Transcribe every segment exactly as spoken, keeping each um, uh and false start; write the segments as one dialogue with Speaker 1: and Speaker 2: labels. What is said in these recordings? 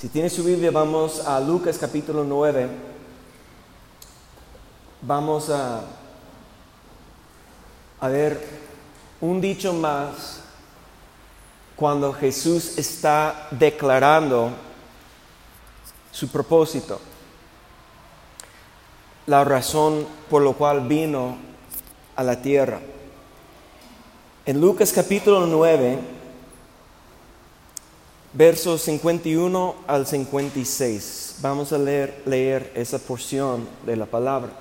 Speaker 1: Si tiene su Biblia, vamos a Lucas capítulo nueve. Vamos a, a ver un dicho más cuando Jesús está declarando su propósito, la razón por la cual vino a la tierra. En Lucas capítulo nueve, versos cincuenta y uno al cincuenta y seis, vamos a leer, leer esa porción de la palabra.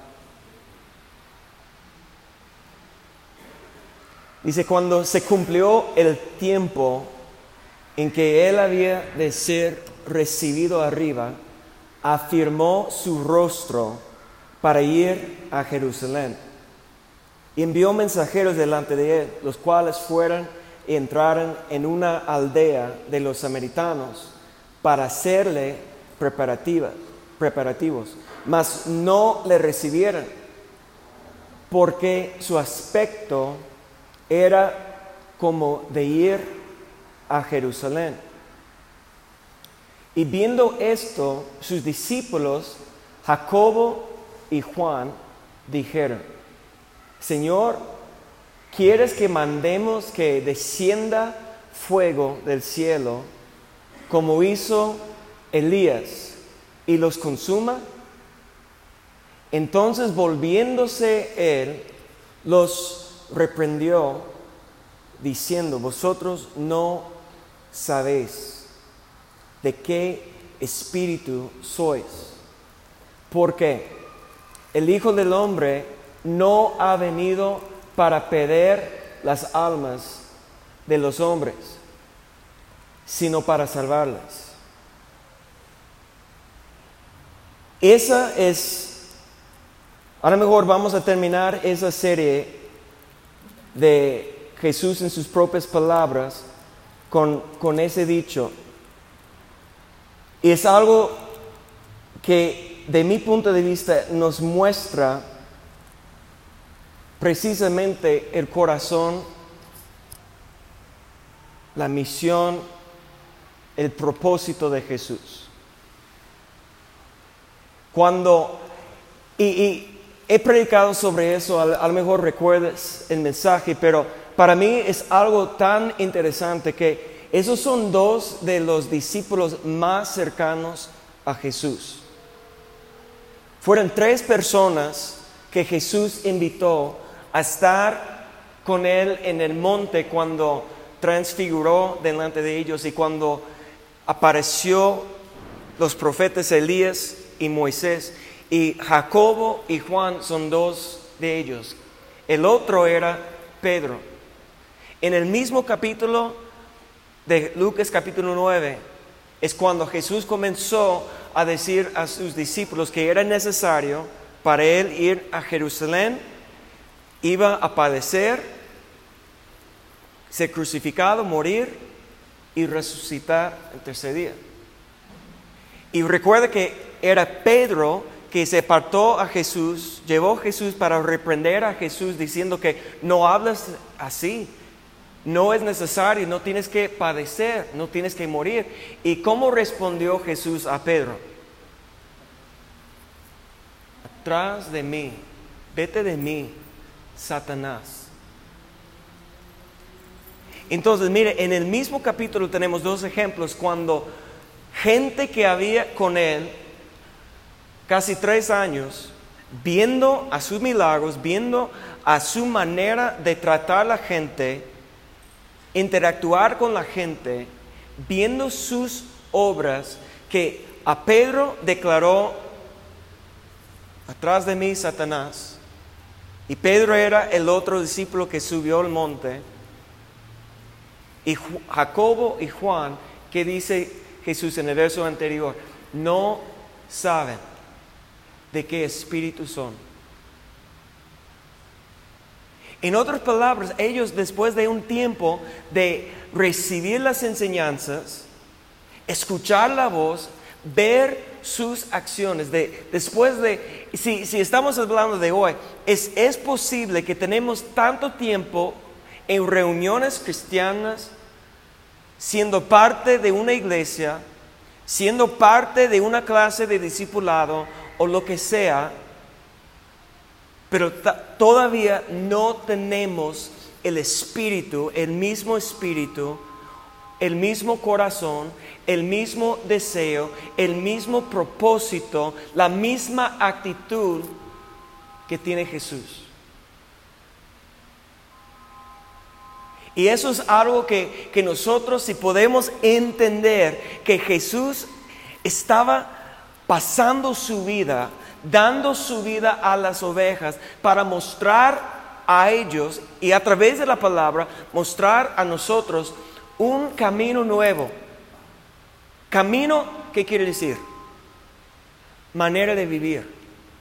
Speaker 1: Dice: cuando se cumplió el tiempo en que él había de ser recibido arriba, afirmó su rostro para ir a Jerusalén. Y envió mensajeros delante de él, los cuales fueron y entraron en una aldea de los samaritanos para hacerle preparativas, preparativos, mas no le recibieron, porque su aspecto era como de ir a Jerusalén. Y viendo esto, sus discípulos, Jacobo y Juan, dijeron: Señor, ¿quieres que mandemos que descienda fuego del cielo, como hizo Elías, y los consuma? Entonces, volviéndose él, los reprendió, diciendo: Vosotros no sabéis de qué espíritu sois, porque el Hijo del Hombre no ha venido para perder las almas de los hombres, sino para salvarlas. Esa es, a lo mejor vamos a terminar esa serie de Jesús en sus propias palabras con, con ese dicho. Y es algo que, de mi punto de vista, nos muestra precisamente el corazón, la misión, el propósito de Jesús. Cuando, y, y he predicado sobre eso, a, a lo mejor recuerdas el mensaje, pero para mí es algo tan interesante que esos son dos de los discípulos más cercanos a Jesús. Fueron tres personas que Jesús invitó a estar con él en el monte cuando transfiguró delante de ellos y cuando apareció los profetas Elías y Moisés. Y Jacobo y Juan son dos de ellos. El otro era Pedro. En el mismo capítulo de Lucas capítulo nueve es cuando Jesús comenzó a decir a sus discípulos que era necesario para él ir a Jerusalén, iba a padecer, ser crucificado, morir y resucitar el tercer día. Y recuerda que era Pedro que se apartó a Jesús, llevó a Jesús para reprender a Jesús diciendo que no hablas así, no es necesario, no tienes que padecer, no tienes que morir. ¿Y cómo respondió Jesús a Pedro? Atrás de mí, vete de mí, Satanás. Entonces, mire, en el mismo capítulo tenemos dos ejemplos cuando gente que había con él casi tres años, viendo a sus milagros, viendo a su manera de tratar a la gente, interactuar con la gente, viendo sus obras, que a Pedro declaró: atrás de mí, Satanás. Y Pedro era el otro discípulo que subió al monte. Y Jacobo y Juan, que dice Jesús en el verso anterior, no saben de qué espíritu son. En otras palabras, ellos, después de un tiempo de recibir las enseñanzas, escuchar la voz, ver sus acciones, de, después de, si, si estamos hablando de hoy, es, es posible que tenemos tanto tiempo en reuniones cristianas, siendo parte de una iglesia, siendo parte de una clase de discipulado o lo que sea, pero todavía no tenemos el espíritu, el mismo espíritu, el mismo corazón, el mismo deseo, el mismo propósito, la misma actitud que tiene Jesús. Y eso es algo que, que nosotros, si podemos entender que Jesús estaba pasando su vida, dando su vida a las ovejas para mostrar a ellos y a través de la palabra mostrar a nosotros un camino nuevo. Camino, ¿qué quiere decir? Manera de vivir.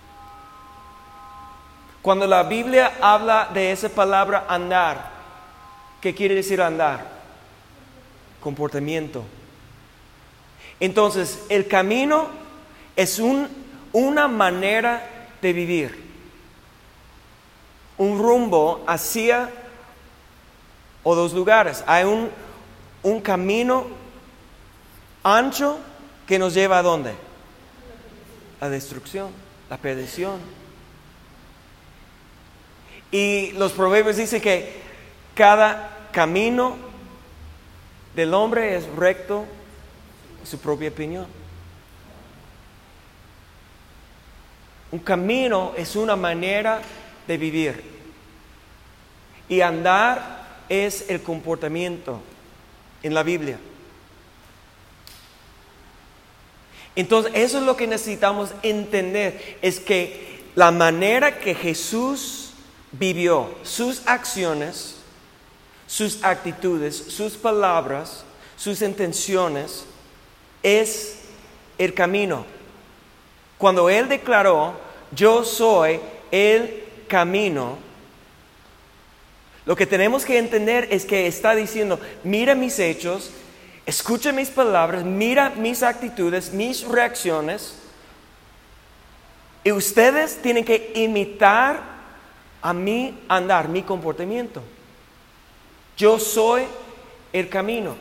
Speaker 1: Cuando la Biblia habla de esa palabra andar, ¿qué quiere decir andar? Comportamiento. Entonces, el camino es un, una manera de vivir. Un rumbo hacia o dos lugares. Hay un, un camino ancho que nos lleva a ¿dónde? La destrucción, la perdición. Y los proverbios dicen que cada camino del hombre es recto en su propia opinión. Un camino es una manera de vivir. Y andar es el comportamiento en la Biblia. Entonces, eso es lo que necesitamos entender, es que la manera que Jesús vivió, sus acciones, sus actitudes, sus palabras, sus intenciones, es el camino. Cuando Él declaró, yo soy el camino, lo que tenemos que entender es que está diciendo, mira mis hechos, escucha mis palabras, mira mis actitudes, mis reacciones, y ustedes tienen que imitar a mi andar, mi comportamiento. Yo soy el camino.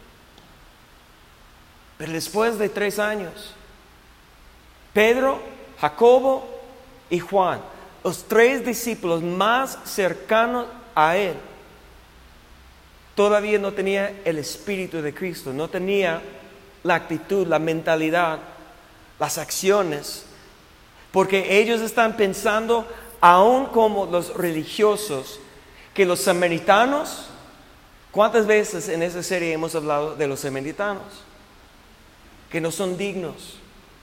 Speaker 1: Pero después de tres años, Pedro, Jacobo y Juan, los tres discípulos más cercanos a él, todavía no tenía el Espíritu de Cristo, no tenía la actitud, la mentalidad, las acciones, porque ellos están pensando, aún como los religiosos, que los samaritanos, ¿cuántas veces en esa serie hemos hablado de los samaritanos? Que no son dignos,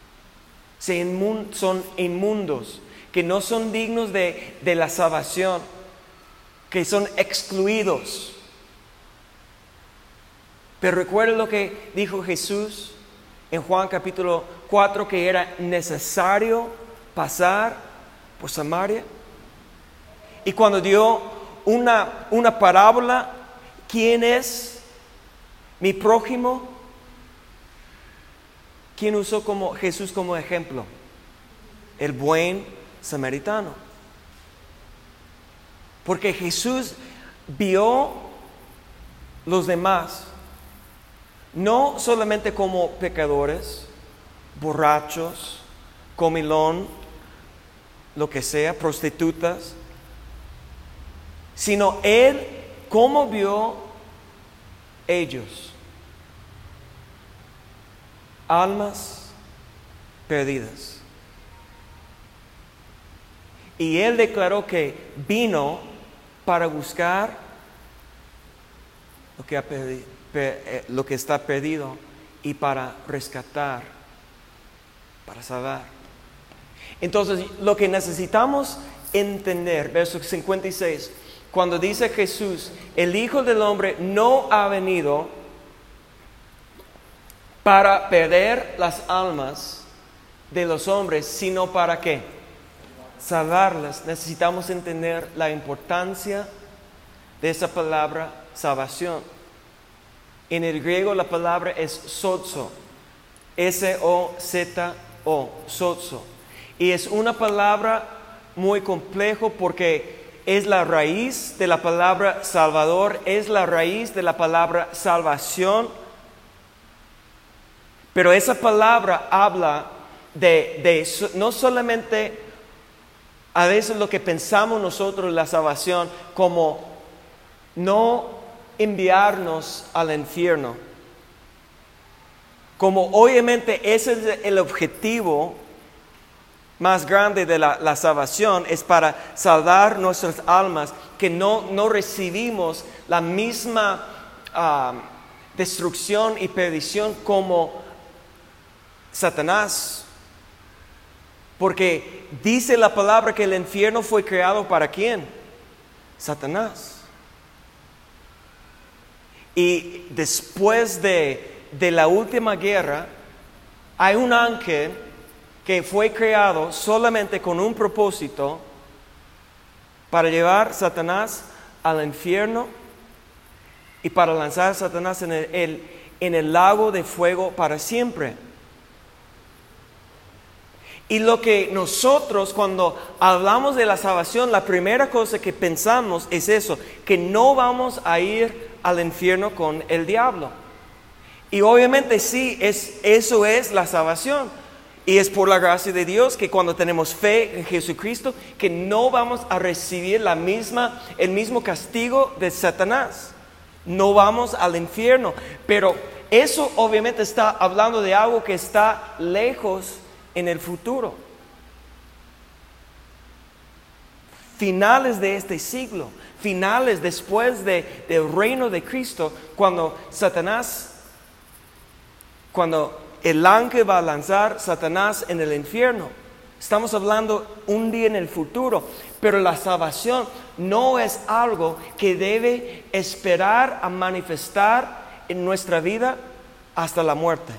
Speaker 1: son inmundos, que no son dignos de, de la salvación, que son excluidos. Pero recuerda lo que dijo Jesús en Juan capítulo cuatro, que era necesario pasar por Samaria. Y cuando dio una, una parábola, ¿quién es mi prójimo? ¿Quién usó como Jesús como ejemplo? El buen samaritano. Porque Jesús vio los demás no solamente como pecadores, borrachos, comilón, lo que sea, prostitutas, sino Él, ¿cómo vio ellos? Almas perdidas. Y Él declaró que vino para buscar lo que, ha perdido, per, eh, lo que está perdido y para rescatar, para salvar. Entonces, lo que necesitamos entender, verso cincuenta y seis, cuando dice Jesús, el Hijo del Hombre no ha venido para perder las almas de los hombres, sino para ¿qué? Salvarlas. Necesitamos entender la importancia de esa palabra salvación. En el griego la palabra es sozo, S O Z O, sozo. Y es una palabra muy compleja porque es la raíz de la palabra salvador, es la raíz de la palabra salvación. Pero esa palabra habla de, de no solamente a veces lo que pensamos nosotros la salvación como no enviarnos al infierno. Como obviamente ese es el objetivo más grande de la, la salvación, es para salvar nuestras almas, que no, no recibimos la misma uh, destrucción y perdición como Satanás. Porque dice la palabra que el infierno fue creado ¿para quién? Satanás. Y después de, de la última guerra, hay un ángel que fue creado solamente con un propósito para llevar a Satanás al infierno y para lanzar a Satanás en el, el, en el lago de fuego para siempre. Y lo que nosotros cuando hablamos de la salvación, la primera cosa que pensamos es eso, que no vamos a ir al infierno con el diablo. Y obviamente sí, es, eso es la salvación. Y es por la gracia de Dios que cuando tenemos fe en Jesucristo, que no vamos a recibir la misma, el mismo castigo de Satanás. No vamos al infierno. Pero eso obviamente está hablando de algo que está lejos en el futuro. Finales de este siglo, finales después de, del reino de Cristo, cuando Satanás, cuando el ángel va a lanzar a Satanás en el infierno. Estamos hablando un día en el futuro, pero la salvación no es algo que debe esperar a manifestar en nuestra vida hasta la muerte.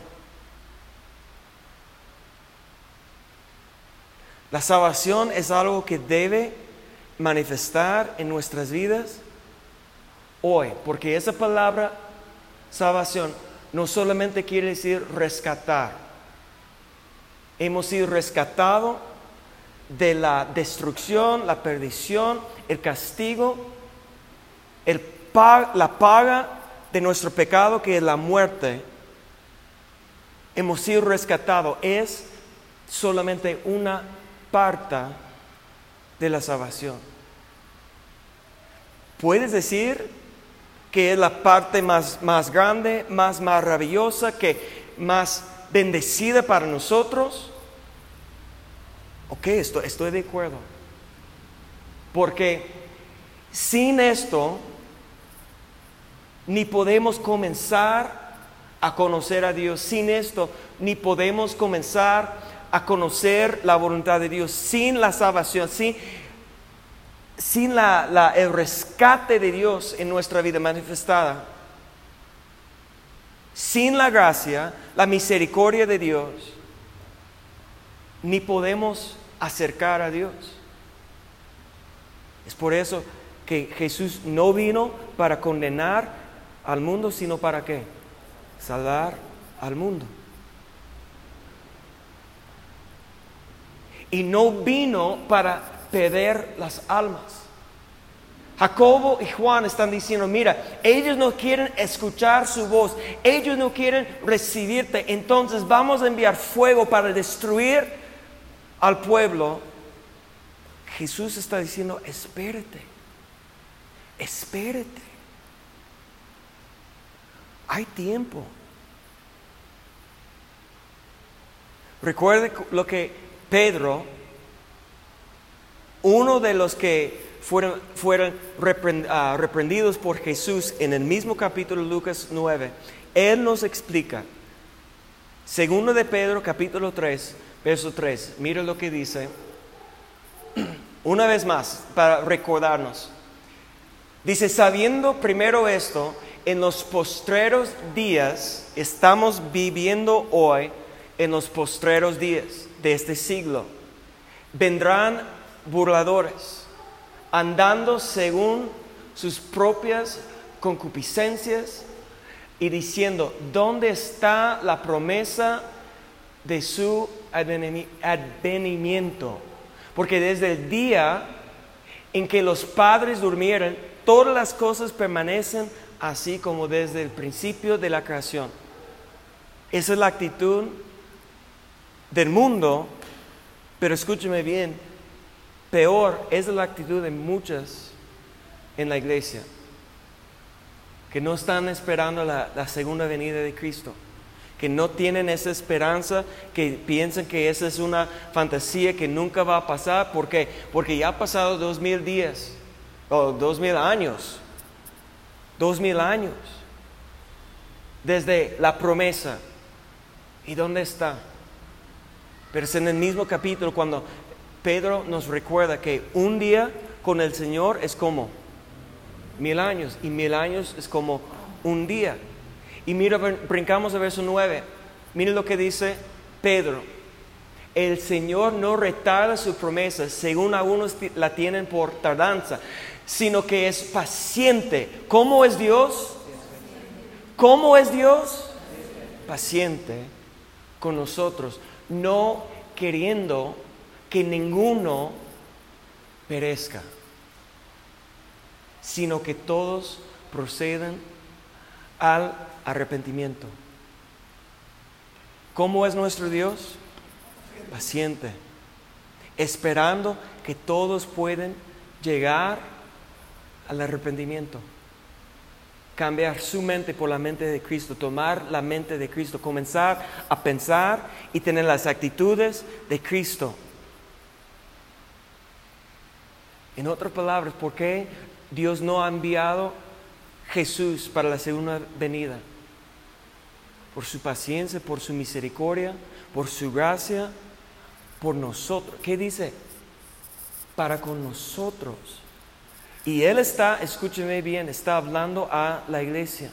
Speaker 1: La salvación es algo que debe manifestar en nuestras vidas hoy, porque esa palabra salvación no solamente quiere decir rescatar. Hemos sido rescatados de la destrucción, la perdición, el castigo, el pa- la paga de nuestro pecado, que es la muerte. Hemos sido rescatados. Es solamente una parte de la salvación. ¿Puedes decir que es la parte más, más grande, más maravillosa, que más bendecida para nosotros? Ok, estoy, estoy de acuerdo. Porque sin esto, ni podemos comenzar a conocer a Dios. Sin esto, ni podemos comenzar a conocer la voluntad de Dios. Sin la salvación, sin... Sin la, la, el rescate de Dios en nuestra vida manifestada, sin la gracia, la misericordia de Dios, ni podemos acercar a Dios. Es por eso que Jesús no vino para condenar al mundo, sino para ¿qué? Salvar al mundo. Y no vino para perder las almas. Jacobo y Juan están diciendo, mira, ellos no quieren escuchar su voz, ellos no quieren recibirte, entonces vamos a enviar fuego para destruir al pueblo. Jesús está diciendo, espérate, espérate, hay tiempo. Recuerde lo que Pedro, uno de los que fueron, fueron reprend, uh, reprendidos por Jesús en el mismo capítulo Lucas nueve, él nos explica, segundo de Pedro capítulo tres, verso tres, mira lo que dice, una vez más, para recordarnos. Dice, sabiendo primero esto, en los postreros días, estamos viviendo hoy en los postreros días de este siglo, vendrán burladores, andando según sus propias concupiscencias y diciendo, ¿dónde está la promesa de su advenimiento? Porque desde el día en que los padres durmieron, todas las cosas permanecen así como desde el principio de la creación. Esa es la actitud del mundo, pero escúcheme bien, peor es la actitud de muchas en la iglesia, que no están esperando la, la segunda venida de Cristo, que no tienen esa esperanza, que piensan que esa es una fantasía que nunca va a pasar. ¿Por qué? Porque ya ha pasado dos mil días, o dos mil años, dos mil años, desde la promesa. ¿Y dónde está? Pero es en el mismo capítulo cuando Pedro nos recuerda que un día con el Señor es como mil años, y mil años es como un día. Y mira, brincamos al verso nueve. Miren lo que dice Pedro. El Señor no retarda su promesa, según algunos la tienen por tardanza, sino que es paciente. ¿Cómo es Dios? ¿Cómo es Dios? Paciente con nosotros, no queriendo que ninguno perezca, sino que todos procedan al arrepentimiento. ¿Cómo es nuestro Dios? Paciente, esperando que todos puedan llegar al arrepentimiento, cambiar su mente por la mente de Cristo, tomar la mente de Cristo, comenzar a pensar y tener las actitudes de Cristo. En otras palabras, ¿por qué Dios no ha enviado Jesús para la segunda venida? Por su paciencia, por su misericordia, por su gracia, por nosotros. ¿Qué dice? Para con nosotros. Y Él está, escúcheme bien, está hablando a la iglesia.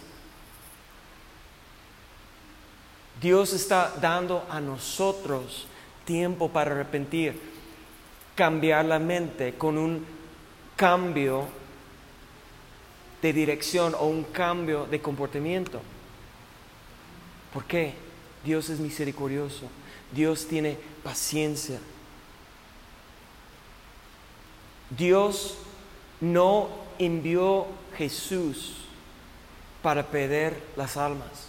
Speaker 1: Dios está dando a nosotros tiempo para arrepentir, cambiar la mente con un cambio de dirección o un cambio de comportamiento. ¿Por qué? Dios es misericordioso. Dios tiene paciencia. Dios no envió Jesús para perder las almas.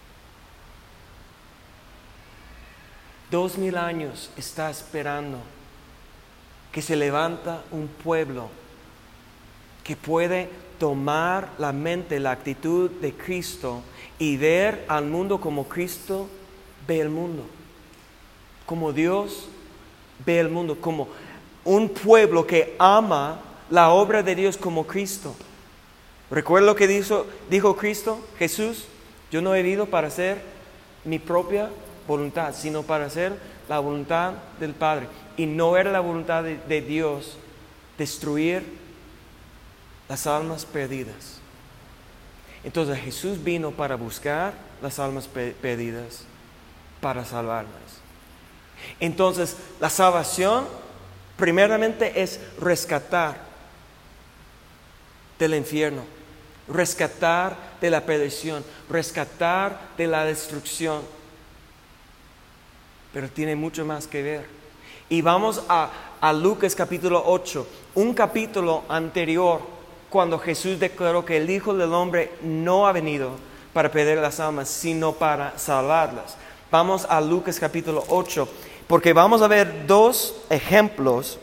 Speaker 1: Dos mil años está esperando que se levanta un pueblo que puede tomar la mente, la actitud de Cristo y ver al mundo como Cristo ve el mundo, como Dios ve el mundo, como un pueblo que ama la obra de Dios como Cristo. ¿Recuerda lo que dijo, dijo Cristo, Jesús? Yo no he venido para hacer mi propia voluntad, sino para hacer la voluntad del Padre. Y no era la voluntad de, de Dios destruir las almas perdidas. Entonces Jesús vino para buscar las almas pe- perdidas, para salvarlas. Entonces la salvación primeramente es rescatar del infierno, rescatar de la perdición, rescatar de la destrucción. Pero tiene mucho más que ver. Y vamos a, a Lucas capítulo ocho, un capítulo anterior, cuando Jesús declaró que el Hijo del Hombre no ha venido para perder las almas, sino para salvarlas. Vamos a Lucas capítulo ocho, porque vamos a ver dos ejemplos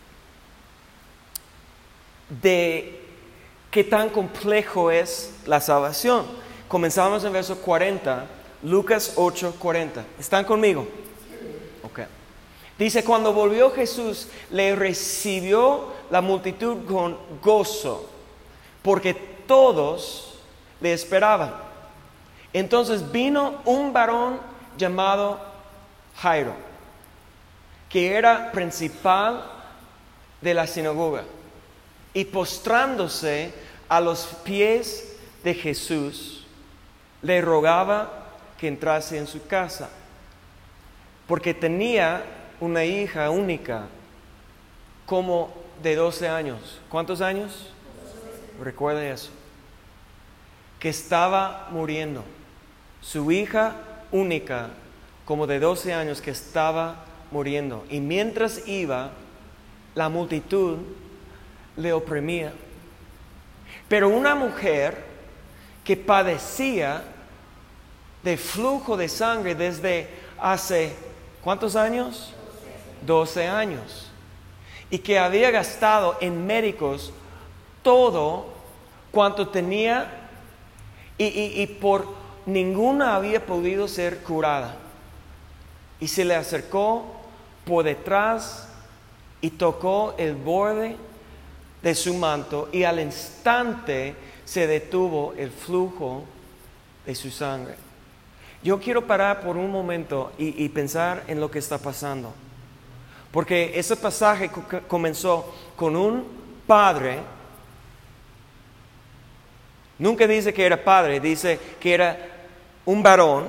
Speaker 1: de qué tan complejo es la salvación. Comenzamos en verso cuarenta, Lucas ocho, cuarenta. ¿Están conmigo? Ok. Dice, cuando volvió Jesús, le recibió la multitud con gozo, porque todos le esperaban. Entonces vino un varón llamado Jairo, que era principal de la sinagoga, y postrándose a los pies de Jesús, le rogaba que entrase en su casa, porque tenía una hija única, como de doce años. ¿Cuántos años? Recuerda eso. Que estaba muriendo. Su hija única, como de doce años, que estaba muriendo. Y mientras iba, la multitud le oprimía. Pero una mujer que padecía de flujo de sangre desde hace, ¿cuántos años? doce años. Y que había gastado en médicos todo cuanto tenía y, y, y por ninguna había podido ser curada. Y se le acercó por detrás y tocó el borde de su manto y al instante se detuvo el flujo de su sangre. Yo quiero parar por un momento y, y pensar en lo que está pasando. Porque ese pasaje comenzó con un padre. Nunca dice que era padre, dice que era un varón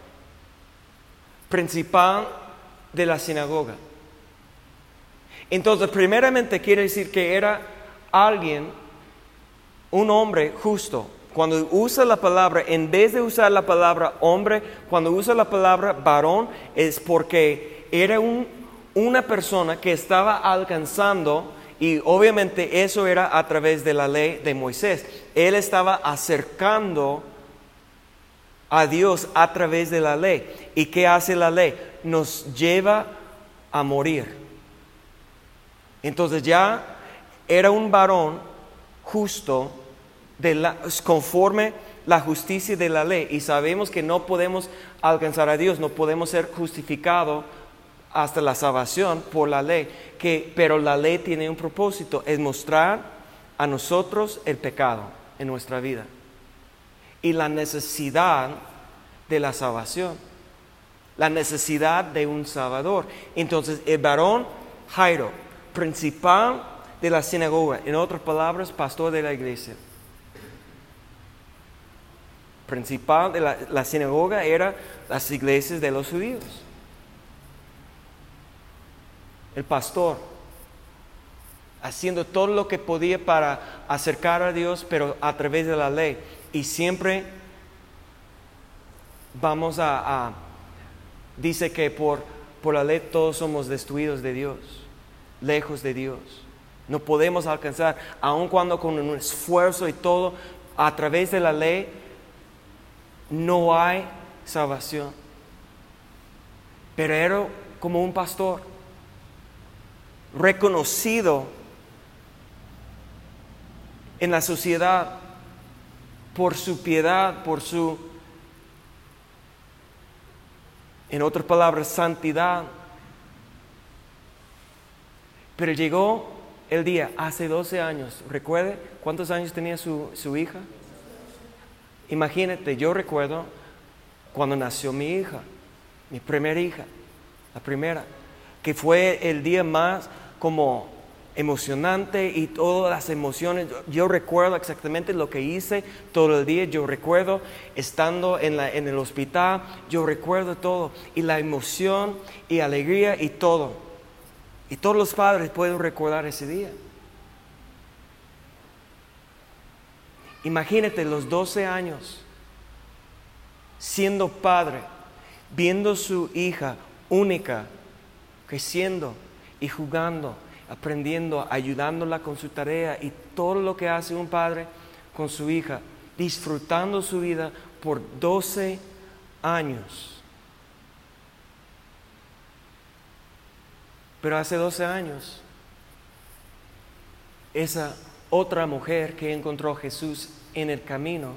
Speaker 1: principal de la sinagoga. Entonces, primeramente quiere decir que era alguien, un hombre justo. Cuando usa la palabra, en vez de usar la palabra hombre, cuando usa la palabra varón, es porque era un, una persona que estaba alcanzando, y obviamente eso era a través de la ley de Moisés. Él estaba acercando a Dios a través de la ley. ¿Y qué hace la ley? Nos lleva a morir. Entonces ya era un varón justo, de la, conforme la justicia de la ley, y sabemos que no podemos alcanzar a Dios, no podemos ser justificados hasta la salvación por la ley, que, pero la ley tiene un propósito, es mostrar a nosotros el pecado en nuestra vida y la necesidad de la salvación, la necesidad de un Salvador. Entonces el varón Jairo, principal de la sinagoga, en otras palabras, pastor de la iglesia, principal de la, la sinagoga era las iglesias de los judíos. El pastor, haciendo todo lo que podía para acercar a Dios, pero a través de la ley. Y siempre vamos a, a dice que por, por la ley todos somos destruidos de Dios, lejos de Dios. No podemos alcanzar, aun cuando con un esfuerzo y todo, a través de la ley, no hay salvación. Pero era como un pastor reconocido en la sociedad por su piedad, por su, en otras palabras, santidad. Pero llegó el día, hace doce años, ¿recuerde cuántos años tenía su, su hija? Imagínate, yo recuerdo cuando nació mi hija, mi primera hija, la primera, que fue el día más como emocionante y todas las emociones. Yo recuerdo exactamente lo que hice todo el día. Yo recuerdo estando en, la, en el hospital, yo recuerdo todo y la emoción y alegría y todo. Y todos los padres pueden recordar ese día. Imagínate los doce años siendo padre, viendo su hija única creciendo y jugando, aprendiendo, ayudándola con su tarea y todo lo que hace un padre con su hija, disfrutando su vida por doce años. Pero hace doce años, esa otra mujer que encontró a Jesús en el camino,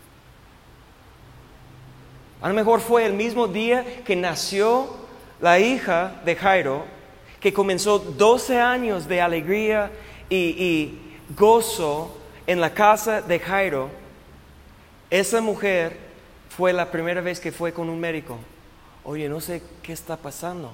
Speaker 1: a lo mejor fue el mismo día que nació la hija de Jairo, que comenzó doce años de alegría y, y gozo en la casa de Jairo. Esa mujer fue la primera vez que fue con un médico. Oye, no sé qué está pasando.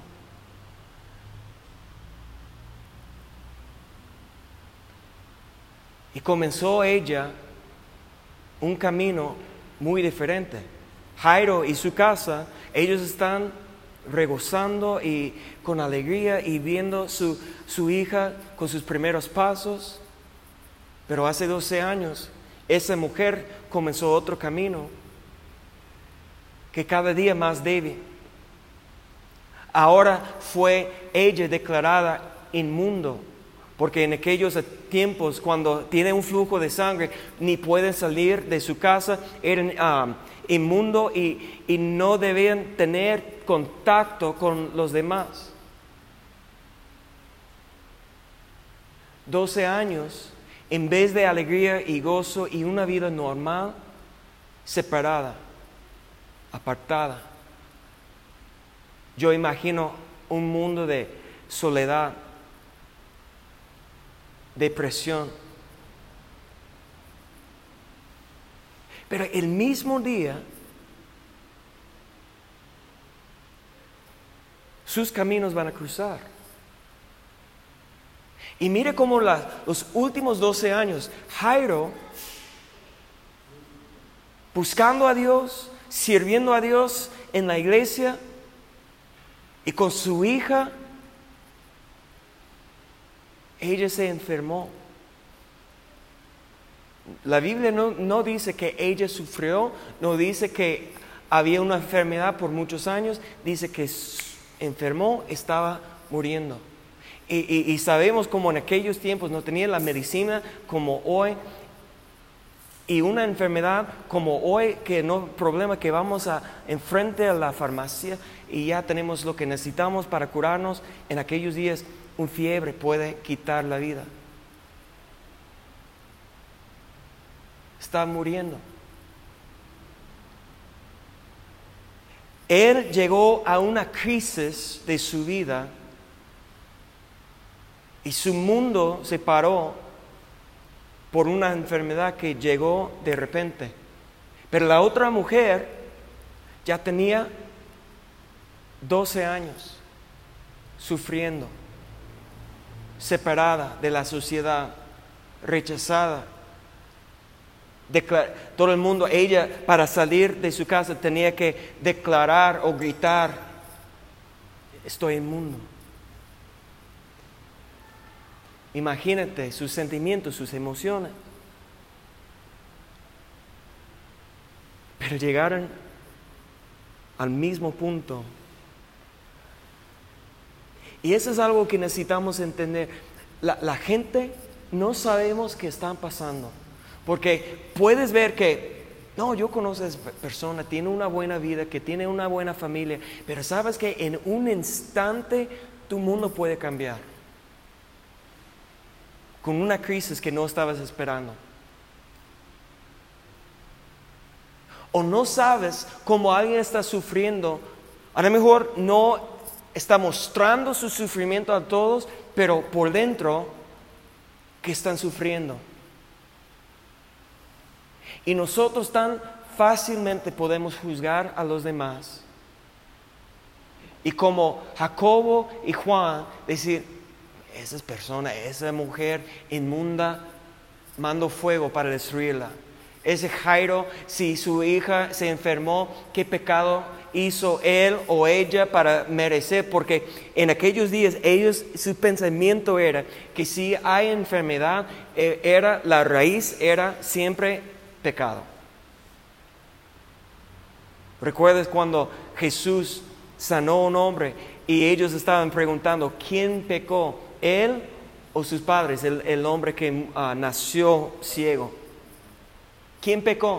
Speaker 1: Y comenzó ella un camino muy diferente. Jairo y su casa, ellos están regozando y con alegría y viendo su, su hija con sus primeros pasos. Pero hace doce años, esa mujer comenzó otro camino que cada día más débil. Ahora fue ella declarada inmundo porque en aquellos tiempos cuando tiene un flujo de sangre ni pueden salir de su casa, eran um, inmundos y, y no debían tener contacto con los demás. doce años, en vez de alegría y gozo y una vida normal, separada, apartada. Yo imagino un mundo de soledad, depresión. Pero el mismo día, sus caminos van a cruzar. Y mire cómo la, los últimos doce años, Jairo, buscando a Dios, sirviendo a Dios en la iglesia y con su hija, ella se enfermó. La Biblia no, no dice que ella sufrió, no dice que había una enfermedad por muchos años, dice que enfermó, estaba muriendo. Y, y, y sabemos como en aquellos tiempos no tenía la medicina como hoy, y una enfermedad como hoy, que no problema que vamos a enfrente a la farmacia y ya tenemos lo que necesitamos para curarnos. En aquellos días un fiebre puede quitar la vida. Está muriendo. Él llegó a una crisis de su vida y su mundo se paró por una enfermedad que llegó de repente. Pero la otra mujer ya tenía doce años sufriendo, separada de la sociedad, rechazada. Declar- todo el mundo, ella para salir de su casa tenía que declarar o gritar: estoy inmundo. Imagínate sus sentimientos, sus emociones. Pero llegaron al mismo punto. Y eso es algo que necesitamos entender. La, la gente no sabemos qué están pasando. Porque puedes ver que, no, yo conozco a esa persona, tiene una buena vida, que tiene una buena familia. Pero sabes que en un instante tu mundo puede cambiar. Con una crisis que no estabas esperando. O no sabes cómo alguien está sufriendo. A lo mejor no está mostrando su sufrimiento a todos, pero por dentro, que están sufriendo. Y nosotros tan fácilmente podemos juzgar a los demás. Y como Jacobo y Juan, decir: esa persona, esa mujer inmunda, mando fuego para destruirla. Ese Jairo, si su hija se enfermó, ¿qué pecado hizo él o ella para merecer? Porque en aquellos días ellos, su pensamiento era que si hay enfermedad, eh, era, la raíz era siempre pecado. ¿Recuerdas cuando Jesús sanó a un hombre y ellos estaban preguntando quién pecó? ¿Él o sus padres? El, el hombre que uh, nació ciego. ¿Quién pecó?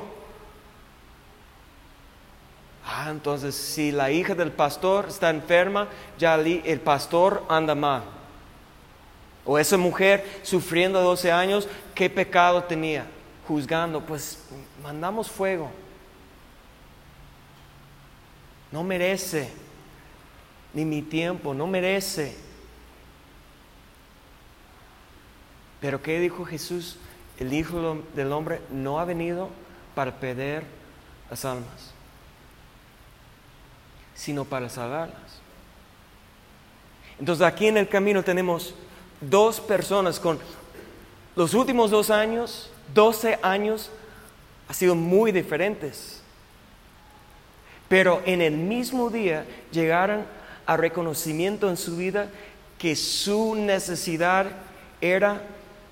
Speaker 1: Ah, entonces si la hija del pastor está enferma, ya el pastor anda mal. O esa mujer sufriendo doce años, ¿qué pecado tenía? Juzgando, pues mandamos fuego. No merece ni mi tiempo, no merece. Pero ¿qué dijo Jesús? El Hijo del Hombre no ha venido para perder las almas, sino para salvarlas. Entonces aquí en el camino tenemos dos personas con los últimos dos años, doce años, han sido muy diferentes. Pero en el mismo día llegaron a reconocimiento en su vida que su necesidad era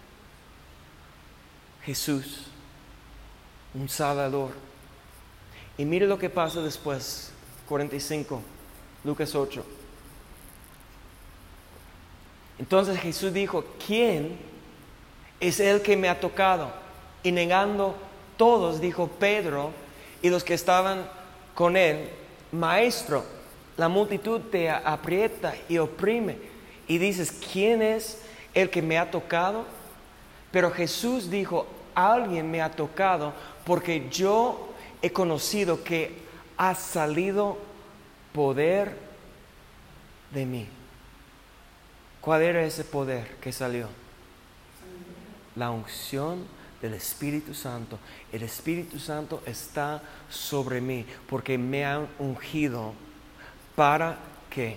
Speaker 1: Jesús, un Salvador. Y mire lo que pasa después, cuarenta y cinco, Lucas ocho. Entonces Jesús dijo, ¿quién es el que me ha tocado? Y negando todos, dijo Pedro y los que estaban con él, Maestro, la multitud te aprieta y oprime. Y dices, ¿quién es el que me ha tocado? Pero Jesús dijo, alguien me ha tocado porque yo he conocido que ha salido poder de mí. ¿Cuál era ese poder que salió? La unción del Espíritu Santo. El Espíritu Santo está sobre mí porque me han ungido. ¿Para qué?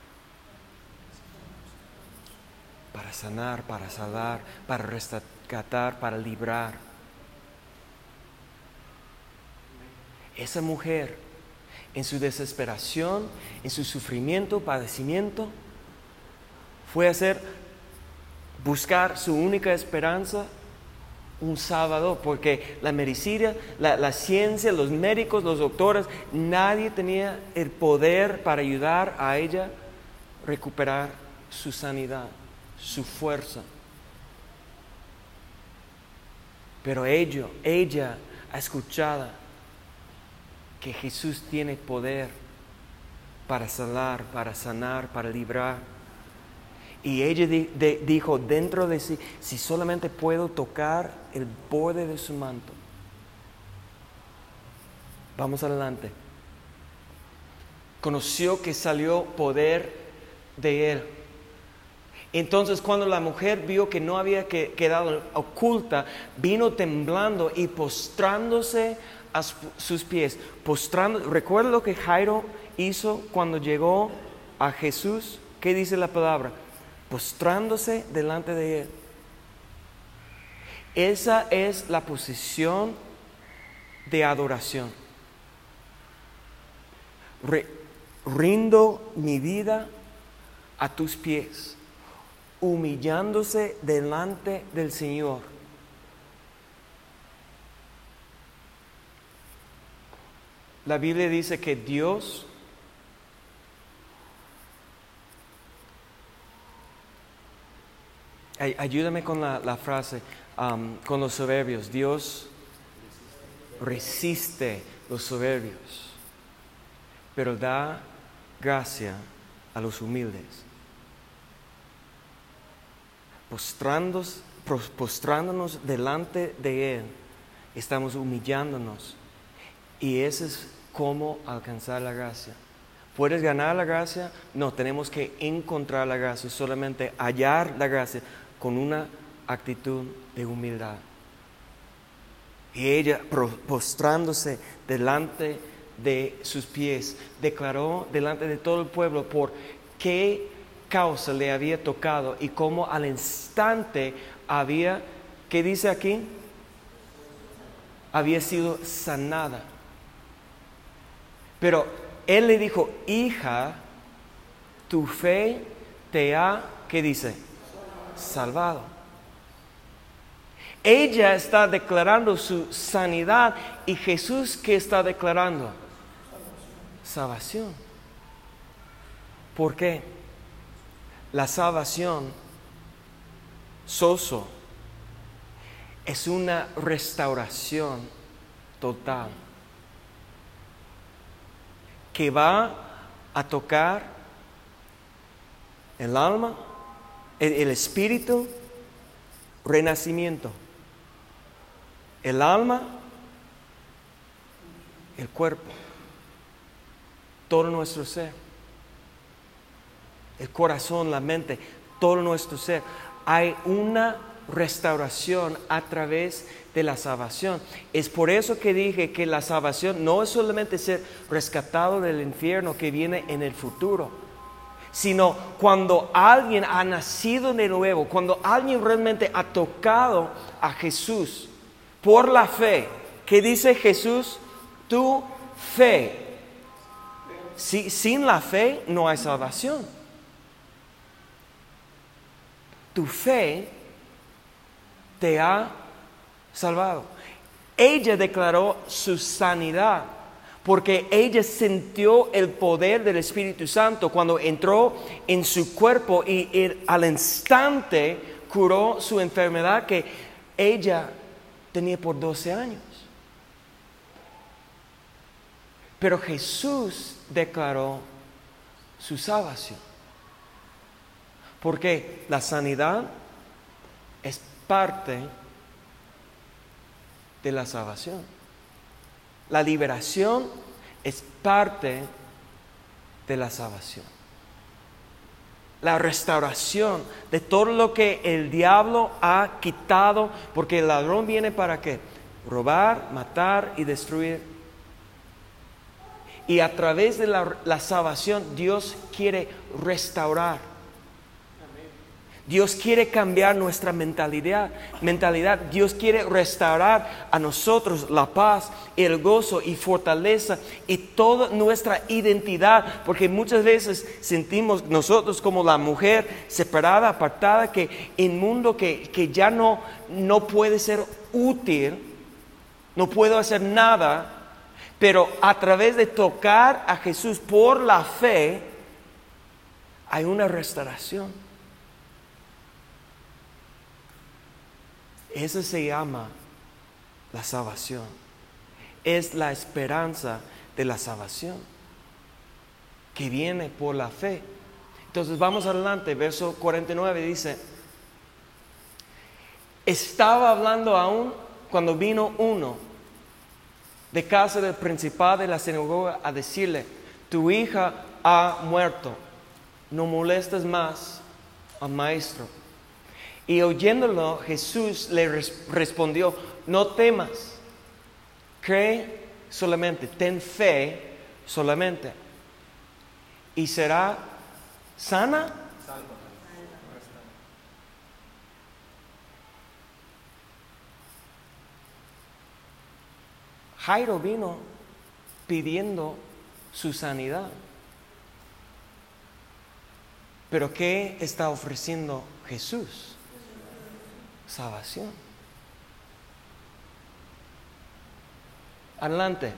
Speaker 1: Para sanar, para salvar, para rescatar, para librar. Esa mujer, en su desesperación, en su sufrimiento, padecimiento, fue a hacer, buscar su única esperanza, un Salvador, porque la medicina, la, la ciencia, los médicos, los doctores, nadie tenía el poder para ayudar a ella a recuperar su sanidad, su fuerza. Pero ella, ella ha escuchado que Jesús tiene poder para sanar, para sanar, para librar. Y ella di, de, dijo dentro de sí, si solamente puedo tocar el borde de su manto. Vamos adelante. Conoció que salió poder de él. Entonces cuando la mujer vio que no había que, quedado oculta, vino temblando y postrándose a sus pies. Postrando, ¿recuerda lo que Jairo hizo cuando llegó a Jesús? ¿Qué dice la palabra? Postrándose delante de él. Esa es la posición de adoración. Re, rindo mi vida a tus pies, humillándose delante del Señor. La Biblia dice que Dios ay, ayúdame con la, la frase, um, con los soberbios. Dios resiste los soberbios, pero da gracia a los humildes. Postrándonos, postrándonos delante de Él, estamos humillándonos. Y ese es cómo alcanzar la gracia. ¿Puedes ganar la gracia? No, tenemos que encontrar la gracia, solamente hallar la gracia con una actitud de humildad. Y ella, postrándose delante de sus pies, declaró delante de todo el pueblo por qué causa le había tocado y cómo al instante había, ¿qué dice aquí? Había sido sanada. Pero él le dijo, hija, tu fe te ha, ¿qué dice? Salvado. Ella está declarando su sanidad y Jesús, ¿qué está declarando? Salvación. ¿Por qué? La salvación, soso, es una restauración total que va a tocar el alma, el, el espíritu, renacimiento, el alma, el cuerpo, todo nuestro ser, el corazón, la mente, todo nuestro ser. Hay una restauración a través de la salvación. Es por eso que dije que la salvación no es solamente ser rescatado del infierno que viene en el futuro, sino cuando alguien ha nacido de nuevo, cuando alguien realmente ha tocado a Jesús por la fe. ¿Qué dice Jesús? Tu fe. Si, sin la fe no hay salvación. Tu fe te ha salvado. Ella declaró su sanidad porque ella sintió el poder del Espíritu Santo cuando entró en su cuerpo y, y al instante curó su enfermedad que ella tenía por doce años. Pero Jesús declaró su salvación, porque la sanidad es parte de la salvación. La liberación es parte de la salvación. La restauración de todo lo que el diablo ha quitado, porque el ladrón viene para qué? Robar, matar y destruir. Y a través de la, la salvación Dios quiere restaurar. Dios quiere cambiar nuestra mentalidad, mentalidad. Dios quiere restaurar a nosotros la paz, el gozo y fortaleza y toda nuestra identidad. Porque muchas veces sentimos nosotros como la mujer separada, apartada, que inmundo, que, que ya no, no puede ser útil, no puedo hacer nada. Pero a través de tocar a Jesús por la fe, hay una restauración. Eso se llama la salvación. Es la esperanza de la salvación que viene por la fe. Entonces vamos adelante, verso cuarenta y nueve dice: estaba hablando aún cuando vino uno de casa del principal de la sinagoga a decirle: tu hija ha muerto, no molestes más al maestro. Y oyéndolo, Jesús le res- respondió: no temas, cree solamente, ten fe solamente, y será sana. Jairo vino pidiendo su sanidad. Pero ¿qué está ofreciendo Jesús? Salvación. Adelante.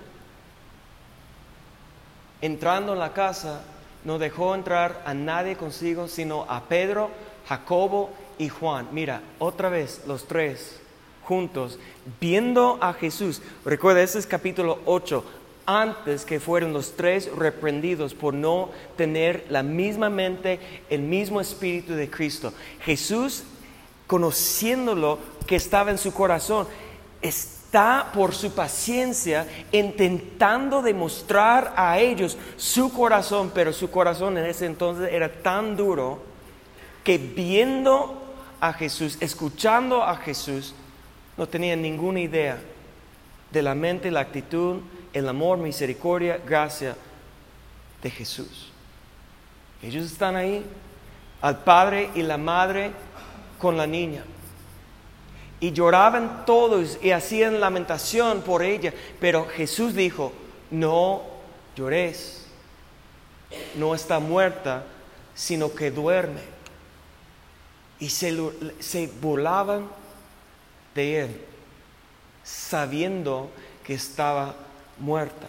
Speaker 1: Entrando en la casa, no dejó entrar a nadie consigo, sino a Pedro, Jacobo y Juan. Mira, otra vez los tres juntos, viendo a Jesús. Recuerda, este es capítulo ocho. Antes que fueron los tres reprendidos por no tener la misma mente, el mismo espíritu de Cristo. Jesús, conociéndolo que estaba en su corazón, está por su paciencia intentando demostrar a ellos su corazón, pero su corazón en ese entonces era tan duro que viendo a Jesús, escuchando a Jesús, no tenía ninguna idea de la mente, la actitud, el amor, misericordia, gracia de Jesús. Ellos están ahí, al padre y la madre con la niña, y lloraban todos y hacían lamentación por ella. Pero Jesús dijo: no llores, no está muerta, sino que duerme. Y se, se burlaban de él, sabiendo que estaba muerta.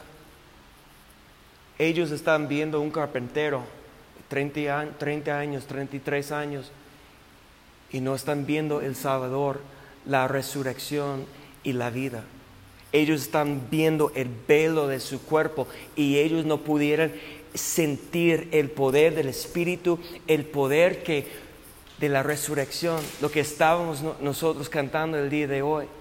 Speaker 1: Ellos están viendo a un carpintero, treinta años, treinta y tres años, y no están viendo el Salvador, la resurrección y la vida. Ellos están viendo el velo de su cuerpo, y ellos no pudieron sentir el poder del Espíritu, el poder que de la resurrección, lo que estábamos no, nosotros cantando el día de hoy.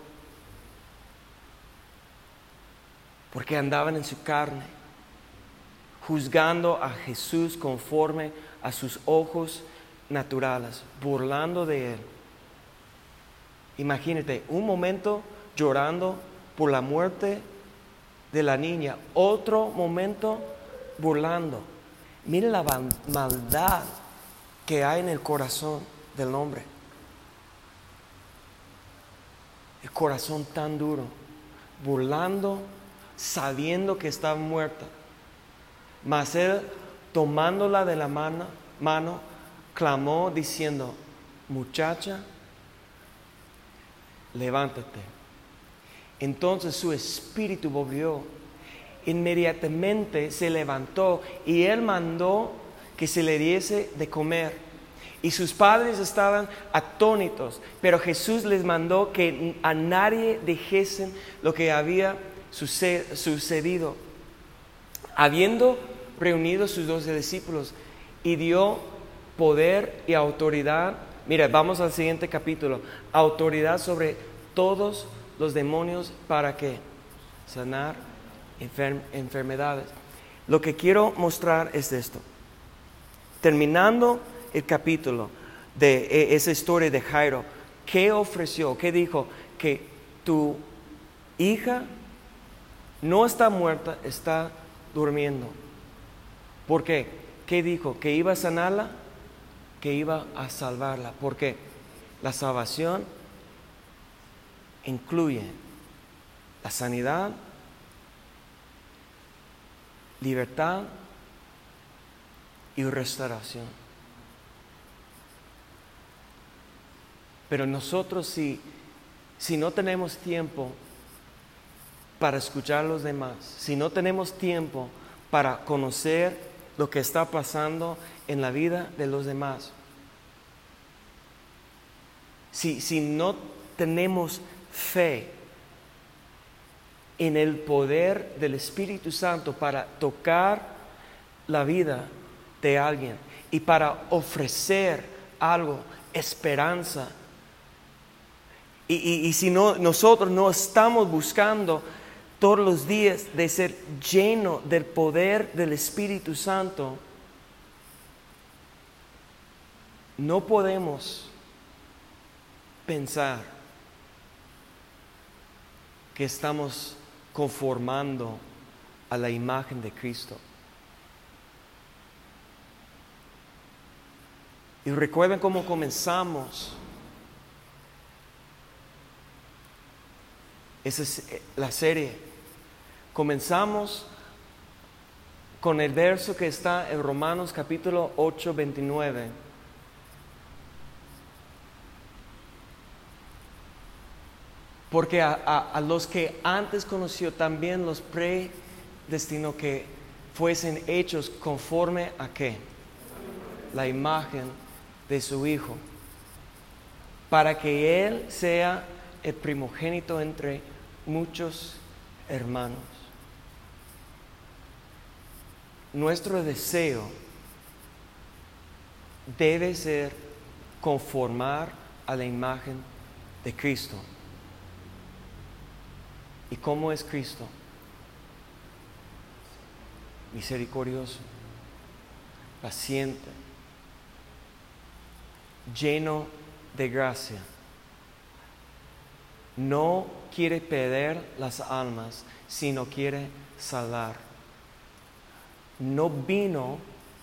Speaker 1: Porque andaban en su carne, juzgando a Jesús conforme a sus ojos naturales, burlando de él. Imagínate, un momento llorando por la muerte de la niña, otro momento burlando. Miren la maldad que hay en el corazón del hombre. El corazón tan duro, burlando, sabiendo que estaba muerta. Mas él, tomándola de la mano, mano, clamó diciendo: muchacha, levántate. Entonces su espíritu volvió, inmediatamente se levantó y él mandó que se le diese de comer. Y sus padres estaban atónitos, pero Jesús les mandó que a nadie dijesen lo que había sucedido. Habiendo reunido sus doce discípulos y dio poder y autoridad, mira, vamos al siguiente capítulo, autoridad sobre todos los demonios para que sanar enfer- enfermedades. Lo que quiero mostrar es esto. Terminando el capítulo de eh, esa historia de Jairo, ¿qué ofreció? ¿Qué dijo? Que tu hija no está muerta, está durmiendo. ¿Por qué? ¿Qué dijo? Que iba a sanarla, que iba a salvarla. Porque la salvación incluye la sanidad, libertad y restauración. Pero nosotros si, si no tenemos tiempo para escuchar a los demás, si no tenemos tiempo para conocer lo que está pasando en la vida de los demás, si, si no tenemos fe en el poder del Espíritu Santo para tocar la vida de alguien y para ofrecer algo, esperanza, y, y, y si no, nosotros no estamos buscando todos los días de ser lleno del poder del Espíritu Santo, no podemos pensar que estamos conformando a la imagen de Cristo. Y recuerden cómo comenzamos. Esa es la serie. Comenzamos con el verso que está en Romanos capítulo ocho, veintinueve. Porque a, a, a los que antes conoció también los predestinó que fuesen hechos conforme a ¿qué? La imagen de su Hijo, para que Él sea el primogénito entre muchos hermanos. Nuestro deseo debe ser conformar a la imagen de Cristo. ¿Y cómo es Cristo? Misericordioso, paciente, lleno de gracia. No quiere perder las almas, sino quiere salvar. No vino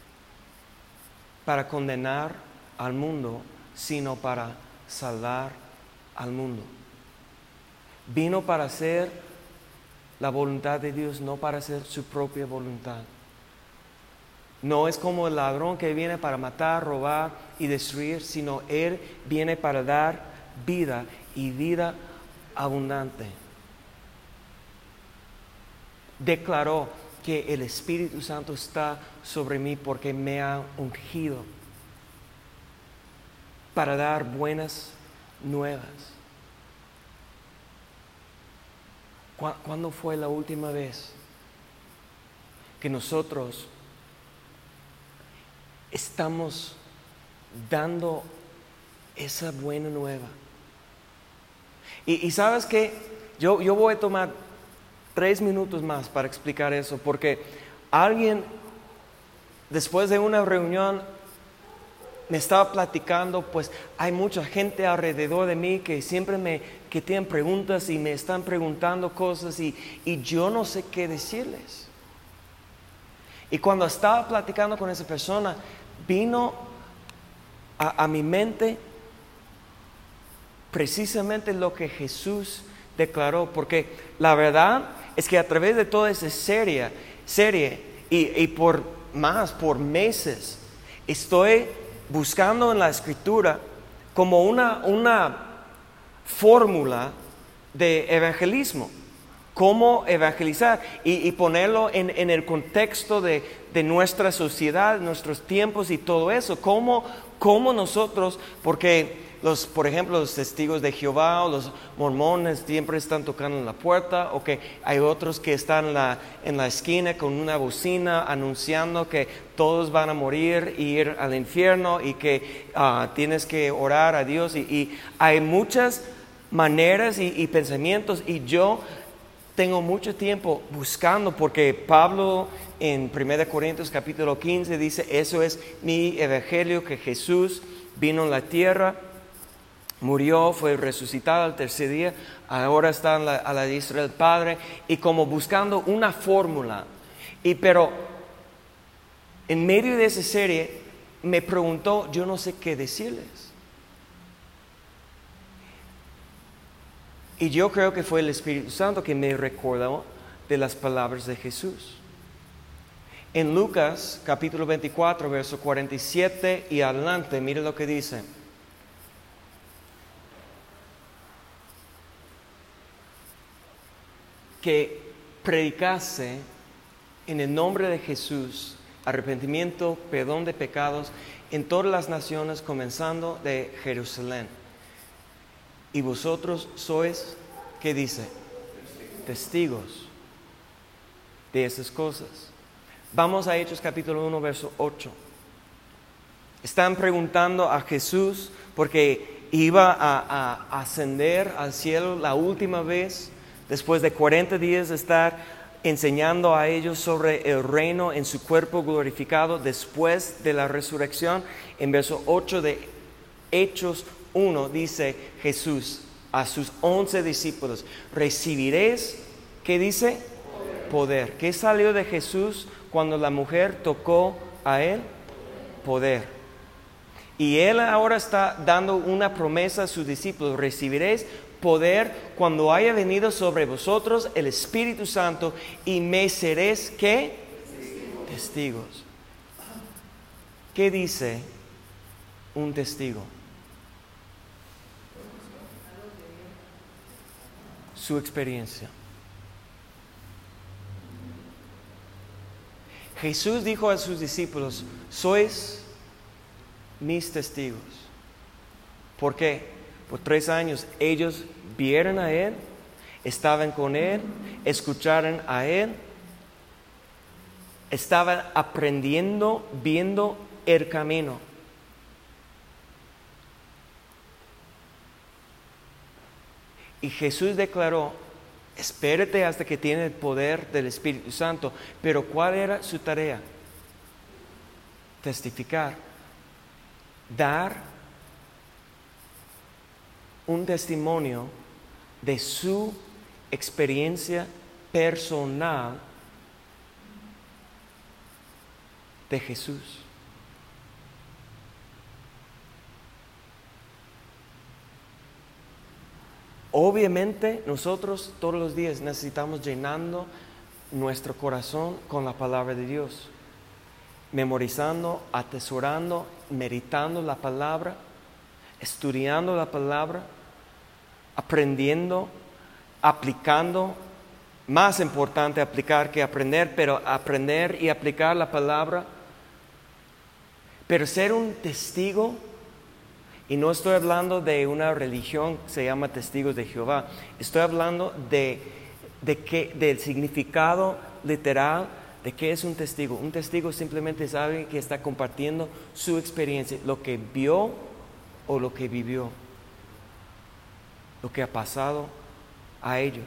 Speaker 1: para condenar al mundo, sino para salvar al mundo. Vino para hacer la voluntad de Dios, no para hacer su propia voluntad. No es como el ladrón que viene para matar, robar y destruir, sino Él viene para dar vida y vida abundante. Declaró que el Espíritu Santo está sobre mí porque me ha ungido para dar buenas nuevas. ¿Cuándo fue la última vez que nosotros estamos dando esa buena nueva? Y, y sabes que yo, yo voy a tomar tres minutos más para explicar eso, porque alguien después de una reunión me estaba platicando, pues hay mucha gente alrededor de mí que siempre me, que tienen preguntas y me están preguntando cosas y, y yo no sé qué decirles. Y cuando estaba platicando con esa persona, vino a, a mi mente precisamente lo que Jesús declaró, porque la verdad es que a través de toda esa serie, serie y, y por más, por meses, estoy buscando en la Escritura como una, una fórmula de evangelismo. cómo evangelizar y, y ponerlo en, en el contexto de, de nuestra sociedad, nuestros tiempos y todo eso. Cómo, cómo nosotros, porque los, por ejemplo, los testigos de Jehová o los mormones siempre están tocando en la puerta, o que hay otros que están en la, en la esquina con una bocina anunciando que todos van a morir e ir al infierno y que uh, tienes que orar a Dios. Y, y hay muchas maneras y, y pensamientos, y yo tengo mucho tiempo buscando, porque Pablo en primera Corintios capítulo quince dice, eso es mi evangelio, que Jesús vino a la tierra, murió, fue resucitado al tercer día, ahora está a la, a la diestra del Padre, y como buscando una fórmula. Y pero en medio de esa serie me preguntó, yo no sé qué decirles. Y yo creo que fue el Espíritu Santo que me recordó de las palabras de Jesús. En Lucas capítulo veinticuatro, verso cuarenta y siete y adelante, mire lo que dice. Que predicase en el nombre de Jesús arrepentimiento, perdón de pecados en todas las naciones, comenzando de Jerusalén. Y vosotros sois, ¿qué dice? Testigos de esas cosas. Vamos a Hechos capítulo uno, verso ocho. Están preguntando a Jesús porque iba a, a ascender al cielo la última vez, después de cuarenta días de estar enseñando a ellos sobre el reino en su cuerpo glorificado después de la resurrección. En verso ocho de Hechos uno dice Jesús a sus once discípulos, recibiréis, ¿qué dice? Poder. Poder. ¿Qué salió de Jesús cuando la mujer tocó a él? Poder. Y él ahora está dando una promesa a sus discípulos, recibiréis poder cuando haya venido sobre vosotros el Espíritu Santo, y me seréis, ¿qué? Testigos. Testigos. ¿Qué dice un testigo? Su experiencia. Jesús dijo a sus discípulos, sois mis testigos. ¿Por qué? Por tres años ellos vieron a Él, estaban con Él, escucharon a Él, estaban aprendiendo, viendo el camino. Y Jesús declaró, espérate hasta que tiene el poder del Espíritu Santo. Pero ¿cuál era su tarea? Testificar, dar un testimonio de su experiencia personal de Jesús. Obviamente nosotros todos los días necesitamos llenando nuestro corazón con la palabra de Dios, memorizando, atesorando, meditando la palabra, estudiando la palabra, aprendiendo, aplicando. Más importante aplicar que aprender, pero aprender y aplicar la palabra. Pero ser un testigo, y no estoy hablando de una religión que se llama Testigos de Jehová, estoy hablando de, de que, del significado literal de qué es un testigo. Un testigo simplemente es alguien que está compartiendo su experiencia, lo que vio o lo que vivió, lo que ha pasado a ellos.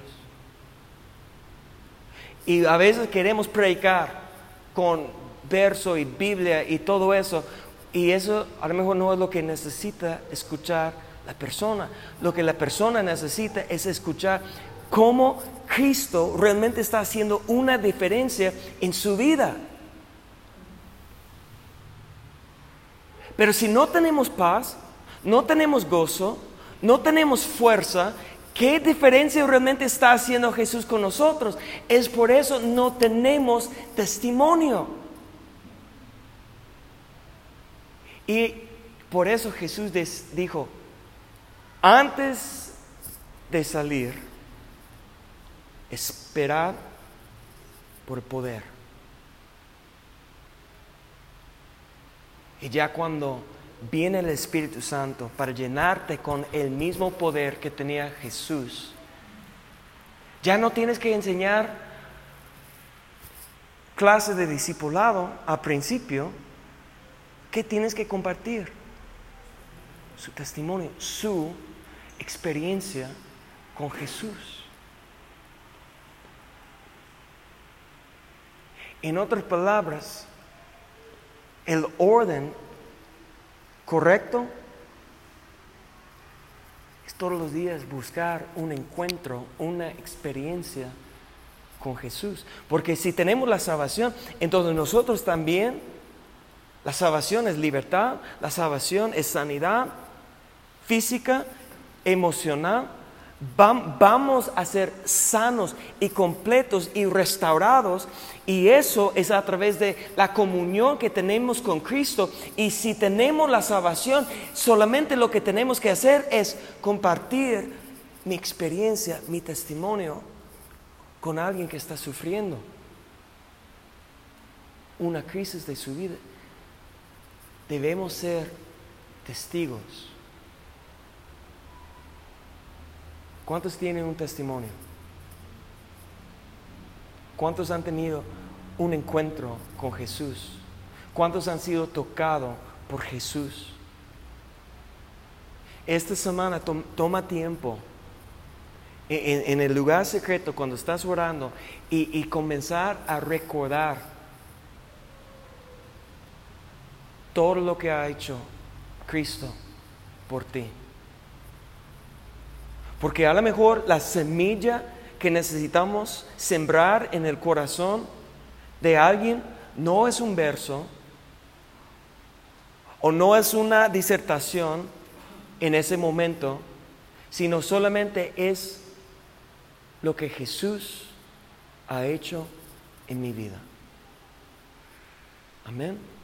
Speaker 1: Y a veces queremos predicar con verso y Biblia y todo eso, y eso a lo mejor no es lo que necesita escuchar la persona. Lo que la persona necesita es escuchar cómo Cristo realmente está haciendo una diferencia en su vida. Pero si no tenemos paz, no tenemos gozo, no tenemos fuerza, ¿qué diferencia realmente está haciendo Jesús con nosotros? Es por eso no tenemos testimonio. Y por eso Jesús dijo, antes de salir, esperar por el poder. Y ya cuando viene el Espíritu Santo para llenarte con el mismo poder que tenía Jesús, ya no tienes que enseñar clases de discipulado al principio. ¿Qué tienes que compartir? Su testimonio, su experiencia con Jesús. En otras palabras, el orden correcto es todos los días buscar un encuentro, una experiencia con Jesús. Porque si tenemos la salvación, entonces nosotros también, la salvación es libertad, la salvación es sanidad física, emocional. Vamos a ser sanos y completos y restaurados, y eso es a través de la comunión que tenemos con Cristo. Y si tenemos la salvación, solamente lo que tenemos que hacer es compartir mi experiencia, mi testimonio con alguien que está sufriendo una crisis de su vida. Debemos ser testigos. ¿Cuántos tienen un testimonio? ¿Cuántos han tenido un encuentro con Jesús? ¿Cuántos han sido tocados por Jesús? Esta semana to- toma tiempo en, en el lugar secreto cuando estás orando y, y comenzar a recordar todo lo que ha hecho Cristo por ti. Porque a lo mejor la semilla que necesitamos sembrar en el corazón de alguien no es un verso o no es una disertación en ese momento, sino solamente es lo que Jesús ha hecho en mi vida. Amén.